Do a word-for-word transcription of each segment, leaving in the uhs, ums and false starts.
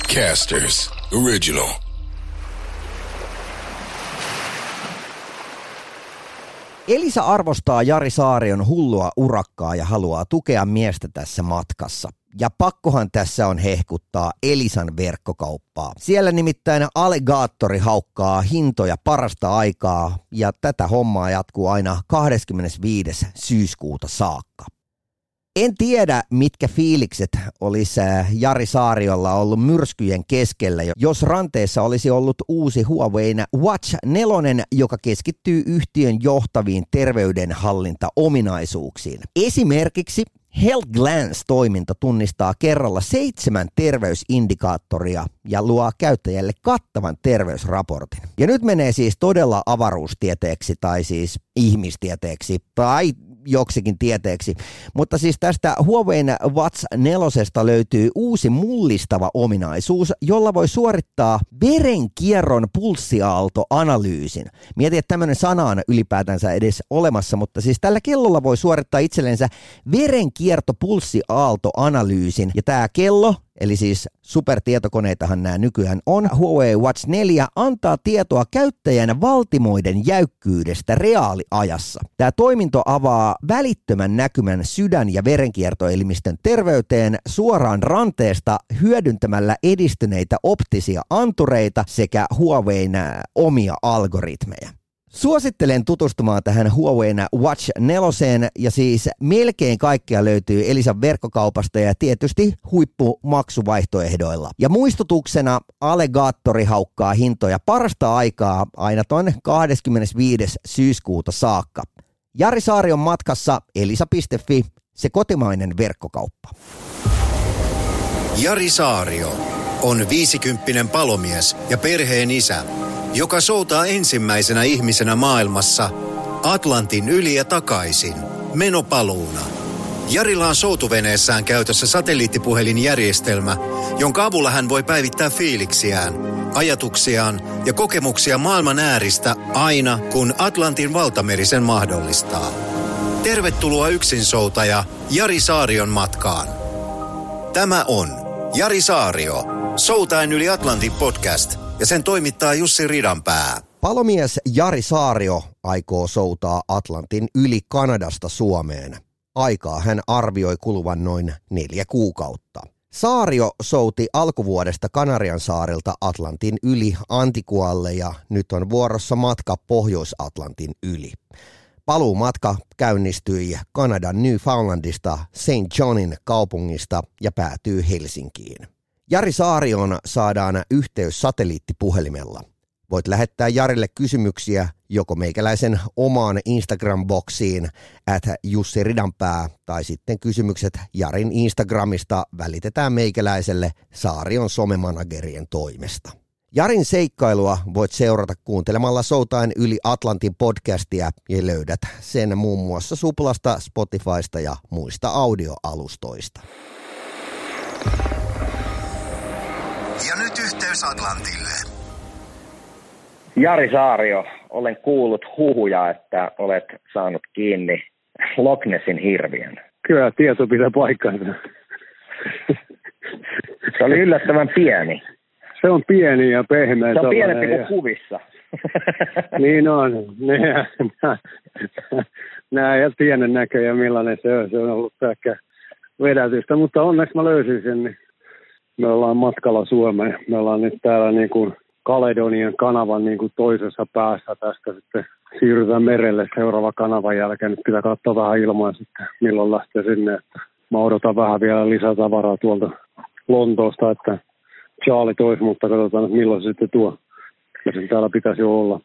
Podcasters Original. Elisa arvostaa Jari Saarion hullua urakkaa ja haluaa tukea miestä tässä matkassa. Ja pakkohan tässä on hehkuttaa Elisan verkkokauppaa. Siellä nimittäin Alligaattori haukkaa hintoja parasta aikaa ja tätä hommaa jatkuu aina kahdeskymmenesviides syyskuuta saakka. En tiedä, mitkä fiilikset olisi Jari Saariolla ollut myrskyjen keskellä, jos ranteessa olisi ollut uusi Huawein Watch neljä, joka keskittyy yhtiön johtaviin terveydenhallintaominaisuuksiin. Esimerkiksi Health Glance-toiminto tunnistaa kerralla seitsemän terveysindikaattoria ja luo käyttäjälle kattavan terveysraportin. Ja nyt menee siis todella avaruustieteeksi tai siis ihmistieteeksi tai joksikin tieteeksi. Mutta siis tästä Huawein Watch neljä löytyy uusi mullistava ominaisuus, jolla voi suorittaa verenkierron pulssiaaltoanalyysin. Mietin, että tämmöinen sana on ylipäätänsä edes olemassa, mutta siis tällä kellolla voi suorittaa itsellensä verenkiertopulssiaaltoanalyysin. Ja tämä kello, eli siis supertietokoneitahan nämä nykyään on, Huawei Watch neljä antaa tietoa käyttäjän valtimoiden jäykkyydestä reaaliajassa. Tämä toiminto avaa välittömän näkymän sydän- ja verenkiertoelimistön terveyteen suoraan ranteesta hyödyntämällä edistyneitä optisia antureita sekä Huawein omia algoritmeja. Suosittelen tutustumaan tähän Huawein Watch neljä ja siis melkein kaikkea löytyy Elisan verkkokaupasta ja tietysti huippumaksuvaihtoehdoilla. Ja muistutuksena Alligaattori haukkaa hintoja parasta aikaa aina ton kahdeskymmenesviides syyskuuta saakka. Jari Saarion matkassa elisa piste fi, se kotimainen verkkokauppa. Jari Saario on viisikymppinen palomies ja perheen isä, joka soutaa ensimmäisenä ihmisenä maailmassa Atlantin yli ja takaisin menopaluuna. Jarilla on soutuveneessään käytössä satelliittipuhelinjärjestelmä, jonka avulla hän voi päivittää fiiliksiään, ajatuksiaan ja kokemuksia maailman ääristä aina, kun Atlantin valtameri sen mahdollistaa. Tervetuloa yksinsoutaja Jari Saarion matkaan. Tämä on Jari Saario, Soutaen yli Atlantin podcast ja sen toimittaa Jussi Ridanpää. Palomies Jari Saario aikoo soutaa Atlantin yli Kanadasta Suomeen. Aikaa hän arvioi kuluvan noin neljä kuukautta. Saario souti alkuvuodesta Kanarian saarilta Atlantin yli Antikualle ja nyt on vuorossa matka Pohjois-Atlantin yli. Paluumatka käynnistyi Kanadan Newfoundlandista Saint Johnin kaupungista ja päätyy Helsinkiin. Jari Saarioon saadaan yhteys satelliittipuhelimella. Voit lähettää Jarille kysymyksiä joko meikäläisen omaan Instagram-boksiin at Jussi Ridanpää tai sitten kysymykset Jarin Instagramista välitetään meikäläiselle Saarion somemanagerien toimesta. Jarin seikkailua voit seurata kuuntelemalla Soutaen yli Atlantin podcastia ja löydät sen muun muassa Suplasta, Spotifysta ja muista audioalustoista. Ja nyt yhteys Atlantille. Jari Saario, olen kuullut huhuja, että olet saanut kiinni Loch Nessin hirviön. Kyllä, tieto pitää paikkansa. Se oli yllättävän pieni. Se on pieni ja pehmeä. Se on pienempi kuin ja... kuvissa. Niin on. Nämä ei ole pienen näköjä, millainen se on. Se on ollut pelkkä vedätystä, mutta onneksi mä löysin sen. Niin me ollaan matkalla Suomeen. Me ollaan nyt täällä niin kuin Kaledonian kanavan niin kuin toisessa päässä tästä sitten. Siirrytään merelle seuraava kanavan jälkeen. Nyt pitää katsoa vähän ilmaa sitten, milloin lähtee sinne. Että mä odotan vähän vielä lisätavaraa tuolta Lontoosta, että Charlie tois, mutta katsotaan, että milloin se sitten tuo. Ja sen täällä pitäisi jo olla.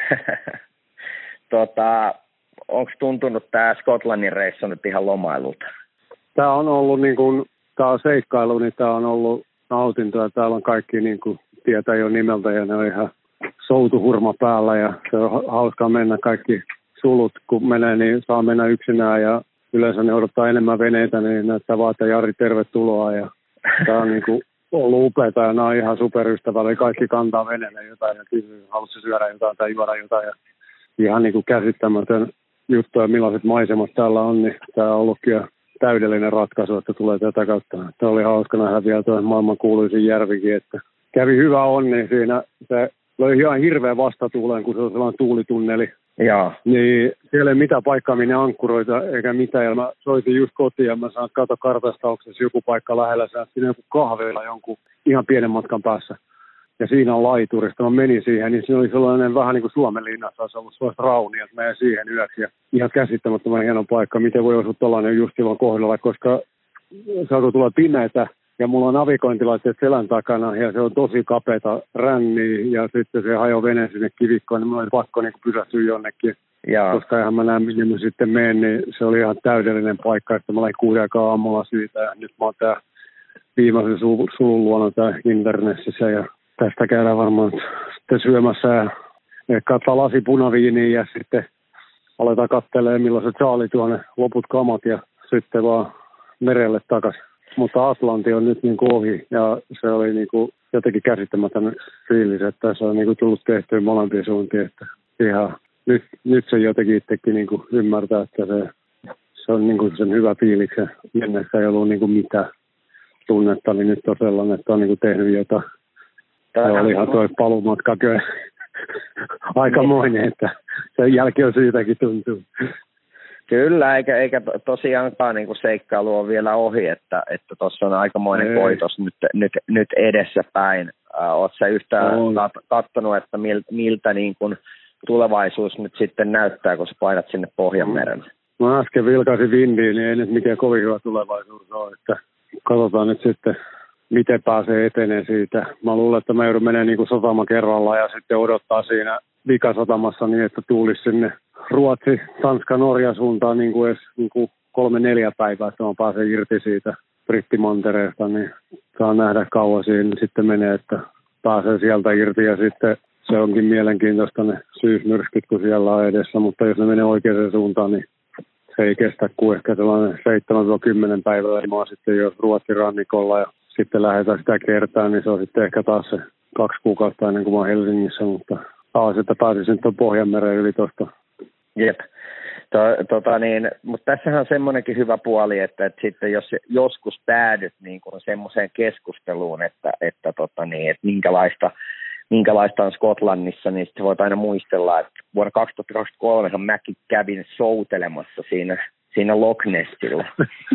tota, onko tuntunut tämä Skotlannin reissu nyt ihan lomailulta? Tämä on ollut niin kuin, tämä on seikkailu, niin tämä on ollut nautintoa. Täällä on kaikki niin kuin tietää jo nimeltä ja ne on ihan soutuhurma päällä ja se on hauskaa mennä kaikki sulut, kun menee, niin saa mennä yksinään ja yleensä ne odottaa enemmän veneitä, niin näyttää vaan, että Jari, tervetuloa ja tämä on niin kuin ollut upeata ja nämä on ihan superystävällä. Kaikki kantaa veneelle jotain ja kysyy, haluatko syödä jotain tai juoda jotain. Ja ihan niin kuin käsittämätön juttu ja millaiset maisemat täällä on, niin tämä on ollutkin. täydellinen ratkaisu, että tulee tätä kautta. Tämä oli hauska nähdä vielä tuo maailman kuuluisin järvikin, että kävi hyvä onni siinä. Se löi ihan hirveän vastatuuleen, kun se on sellainen tuulitunneli. Joo. Niin siellä ei mitään paikkaa, minne ankkuroita eikä mitään. Ja mä soitin just kotiin ja mä sanoin, että kato kartasta, onko se joku paikka lähellä. Sä siinä joku kahveilla jonkun ihan pienen matkan päässä. Ja siinä on laiturista. Mä menin siihen, niin siinä oli sellainen vähän niin kuin Suomen linnassa, olisi ollut sellaista raunia, että menen siihen yöksi. Ja ihan käsittämättömän hieno paikka. Miten voi osua tollainen just silloin kohdalla, koska se alkoi tulla pimeätä. Ja mulla on navigointilaitteet selän takana ja se on tosi kapeata ränniä ja sitten se hajo vene sinne kivikkoon, niin mulla oli pakko niin pysähtyä jonnekin. Ja. Koska eihän mä näen, minne mä sitten menen, niin se oli ihan täydellinen paikka, että mä olin kuuden aikaa aamulla siitä ja nyt mä oon tää viimeisen sulun luona tää internetissä ja tästä käydään varmaan sitten syömässä ja ehkä ottaa lasi punaviiniä ja sitten aletaan katselemaan milloin se Charlie tuonne loput kamat ja sitten vaan merelle takaisin. Mutta Atlanti on nyt niin kuin ohi ja se oli niin kuin jotenkin käsittämätön fiilis, että se on niin kuin tullut tehtyä molempien suuntiin. Että ihan, nyt, nyt se jotenkin itsekin niin kuin ymmärtää, että se, se on niin kuin sen hyvä fiiliksen. Mennessä ei ollut niin kuin mitään tunnetta, niin nyt on sellainen, että on niin kuin tehnyt jotain. Se oli ihan toi paluumatka kyllä aikamoinen, että sen jälkeen on syytäkin tuntuu. Kyllä, eikä, eikä tosiaankaan niin kuin seikkailu on vielä ohi, että että tuossa on aikamoinen Ei. koitos nyt, nyt, nyt edessä päin. Äh, Oletko sä yhtään kat- katsonut, että miltä, miltä niin kuin tulevaisuus nyt sitten näyttää, kun sä painat sinne Pohjanmerelle? Mä äsken vilkaisin vindiin, niin ei nyt mikään kovin hyvä tulevaisuus ole, että katsotaan nyt sitten, miten pääsee eteneen siitä. Mä luulen, että mä joudun menemään niin kuin satama kerrallaan ja sitten odottaa siinä vikasatamassa niin, että tuulisi sinne Ruotsi, Tanska, Norja suuntaan niin kuin edes niin kuin kolme neljä päivää, että mä pääsen irti siitä brittimantereesta, niin saa nähdä kauan siinä sitten menee, että pääsee sieltä irti ja sitten se onkin mielenkiintoista ne syysmyrskyt, kun siellä on edessä, mutta jos ne menee oikeaan suuntaan, niin se ei kestä kuin ehkä sellainen seitsemän kymmenen päivää, ja mä oon sitten jo Ruotsin rannikolla ja sitten lähdetään sitä kertaa, niin se on sitten ehkä taas se kaksi kuukautta ennen kuin mä oon Helsingissä, mutta taas, että pääsisin tuon Pohjanmeren yli tuosta. Jep. To, tota niin, mutta tässähän on semmoinenkin hyvä puoli, että, että sitten jos joskus päädyt niin kuin semmoiseen keskusteluun, että, että, tota niin, että minkälaista, minkälaista on Skotlannissa, niin sitten voit aina muistella, että vuonna kaksituhattakaksikymmentäkolme mäkin kävin soutelemassa siinä, siinä Loch Nessillä.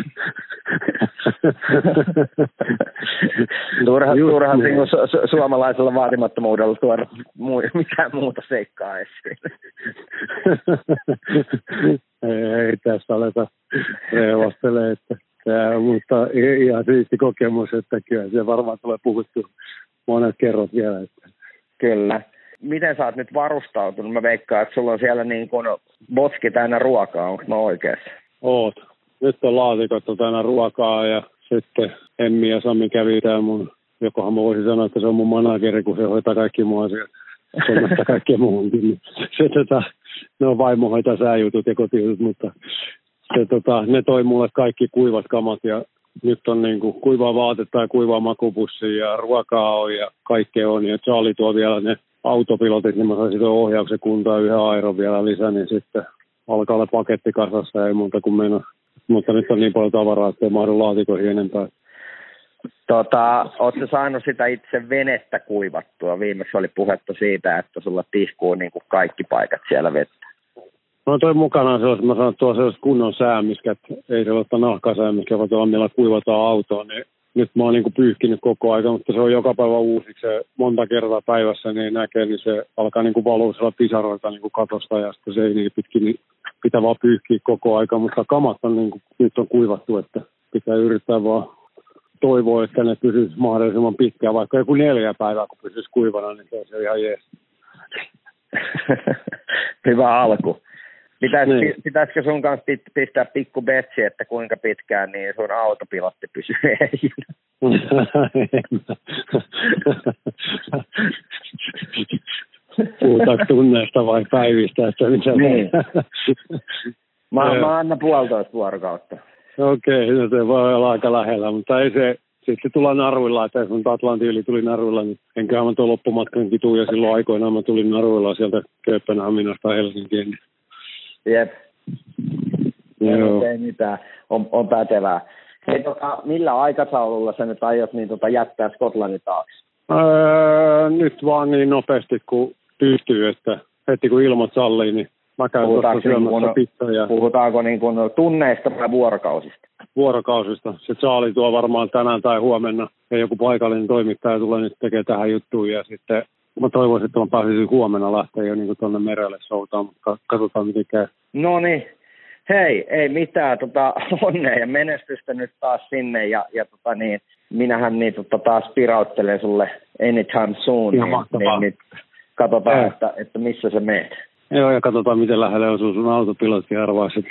turha turha niin su, su, suomalaisella vaatimattomuudella tuoda muu, mitään muuta seikkaa esiin. ei, ei tässä aleta reivastelemaan, että tämä, mutta ihan siisti kokemus, että kyllä se varmaan tulee puhuttu monet kerrot vielä. Että. Kyllä. Miten sä oot nyt varustautunut? Mä veikkaan, että sulla on siellä niin kuin botski täynnä ruokaa, onko mä oikeassa? Oot. Nyt on laatikot täynnä ruokaa ja sitten Emmi ja Sami kävi täällä mun, jokohan mä voisin sanoa, että se on mun manageri, kun se hoitaa kaikki mun asiat. Suomesta kaikkea muuhunkin. Se, tota, ne on vaimo hoitaa sääjutut ja kotijutut, mutta se, tota, ne toi mulle kaikki kuivat kamat ja nyt on niin kuin kuivaa vaatetta ja kuivaa makupussia ja ruokaa on ja kaikkea on. Ja Charlie tuo vielä ne autopilotit, niin mä saisin tuon ohjauksen kuntaan yhden aeron vielä lisää, niin sitten alkaa olla paketti kasassa ja ei muuta kuin mennä. Mutta nyt on niin paljon tavaraa, että ei mahdu laatikoihin enempää. Tota, ootko saanut sitä itse venettä kuivattua? Viimeksi oli puhetta siitä, että sulla tihkuu niin kuin kaikki paikat siellä vettä. No toi mukanaan sellaista, mä sanon, tuo sellaiset kunnon säämiskät, ei sellaista nahkasäämiskä, vaan tuolla millä kuivataan autoon, niin nyt mä oon niin kuin pyyhkinyt koko ajan, mutta se on joka päivä uusiksi. Se monta kertaa päivässä niin näkee, niin se alkaa niin kuin valua siellä pisaroita niin kuin katosta ja sitten se ei niin pitkin, niin pitää vaan pyyhkiä koko ajan, mutta kamat on niin kuin, nyt on kuivattu, että pitää yrittää vaan toivoa, että ne pysyisi mahdollisimman pitkään, vaikka joku neljä päivää, kun pysyisi kuivana, niin se on ihan jees. Hyvä alku. Pitäis, niin. Pitäisikö sun kanssa pistää pikku betsi, että kuinka pitkään niin sun autopilotti pysyy ehjinä? Puhutaanko tunneista vai päivistä? Että mitä niin. mä, mä annan puolitoista vuorokautta. Okei, okay, se voi olla aika lähellä, mutta ei se, sitten tulla naruilla, että jos Atlantin yli tuli naruilla, niin enköhän mä tuon loppumatkankin tuu, ja silloin aikoinaan mä tulin naruilla sieltä Kööpenhaminasta Helsinkiin. Jep. Joo. Ei mitään, on, on pätevää. Hei, tota, millä aikataululla sä nyt aiot niin, tota, jättää Skotlannin taakse? Öö, nyt vaan niin nopeasti kuin pystyy, että heti kun ilmat sallii, niin mä käyn tuossa syömässä niin pizzaa. Puhutaanko niin kuin tunneista vai vuorokausista? Vuorokausista. Se saali tuo varmaan tänään tai huomenna. Ja joku paikallinen toimittaja tulee nyt tekemään tähän juttuun. Ja sitten mä toivoisin, että mä pääsisin huomenna lähteä jo niin tuonne merelle soutaan, mutta katsotaan miten käy. No niin. Hei, ei mitään. Tota, onnea ja menestystä nyt taas sinne. Ja, ja tota niin, minähän niin, tota, taas pirauttelen sulle anytime soon. Niin, niin, niin, katsotaan, että, että missä sä meet. Joo, ja katsotaan, miten lähelle osuu sun autopilotti arvaisit.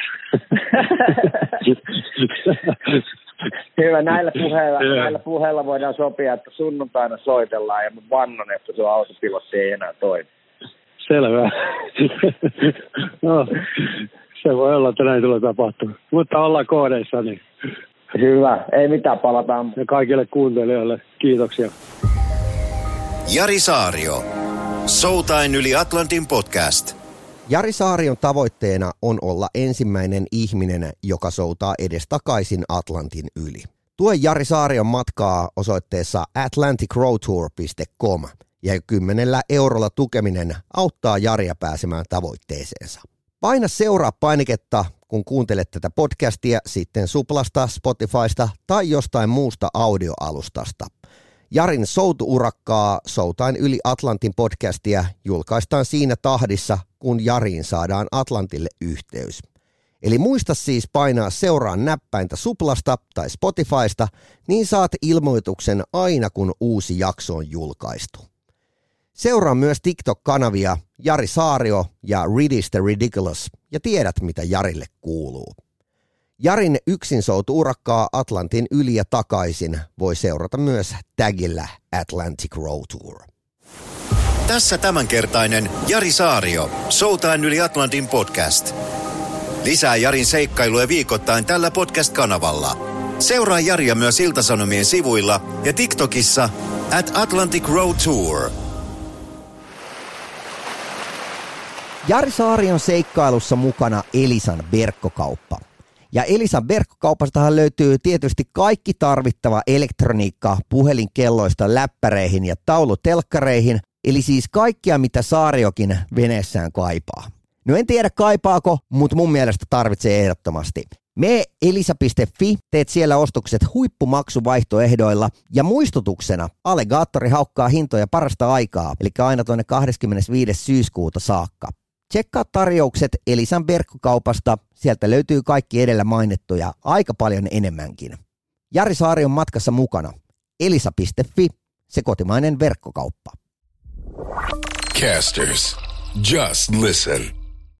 Hyvä, näillä puheilla, näillä puheilla voidaan sopia, että sunnuntaina soitellaan ja mä vannon, että sun autopilotti ei enää toimi. Selvä. No, se voi olla, että näin tulee tapahtua. Mutta ollaan koodeissa, niin. Hyvä, ei mitään, palataan. Ja kaikille kuuntelijoille kiitoksia. Jari Saario. Soutain yli Atlantin podcast. Jari Saarion tavoitteena on olla ensimmäinen ihminen, joka soutaa edestakaisin Atlantin yli. Tue Jari Saarion matkaa osoitteessa atlantic road tour piste com ja kymmenellä eurolla tukeminen auttaa Jaria pääsemään tavoitteeseensa. Paina seuraa painiketta, kun kuuntelet tätä podcastia sitten Suplasta, Spotifysta tai jostain muusta audioalustasta. Jarin soutuurakkaa Soutain yli Atlantin podcastia julkaistaan siinä tahdissa, kun Jariin saadaan Atlantille yhteys. Eli muista siis painaa seuraa näppäintä Suplasta tai Spotifysta, niin saat ilmoituksen aina kun uusi jakso on julkaistu. Seuraa myös TikTok-kanavia Jari Saario ja Ridis the Ridiculous ja tiedät mitä Jarille kuuluu. Jarin yksinsoutu-urakkaa Atlantin yli ja takaisin voi seurata myös tagillä Atlantic Road Tour. Tässä tämänkertainen Jari Saario, Soutain yli Atlantin podcast. Lisää Jarin seikkailuja viikoittain tällä podcast-kanavalla. Seuraa Jaria myös Ilta-Sanomien sivuilla ja TikTokissa at Atlantic Road Tour. Jari Saarion seikkailussa mukana Elisan verkkokauppa. Ja Elisan verkkokaupastahan löytyy tietysti kaikki tarvittava elektroniikka puhelinkelloista läppäreihin ja taulutelkkareihin, eli siis kaikkia mitä Saariokin veneessään kaipaa. No en tiedä kaipaako, mutta mun mielestä tarvitsee ehdottomasti. Mene elisa piste fi, teet siellä ostokset huippumaksuvaihtoehdoilla ja muistutuksena Alligaattori haukkaa hintoja parasta aikaa, eli aina tuonne kahdeskymmenesviides syyskuuta saakka. Tsekkaa tarjoukset Elisan verkkokaupasta, sieltä löytyy kaikki edellä mainittuja, aika paljon enemmänkin. Jari Saarion matkassa mukana. elisa piste fi, se kotimainen verkkokauppa. Casters, just listen.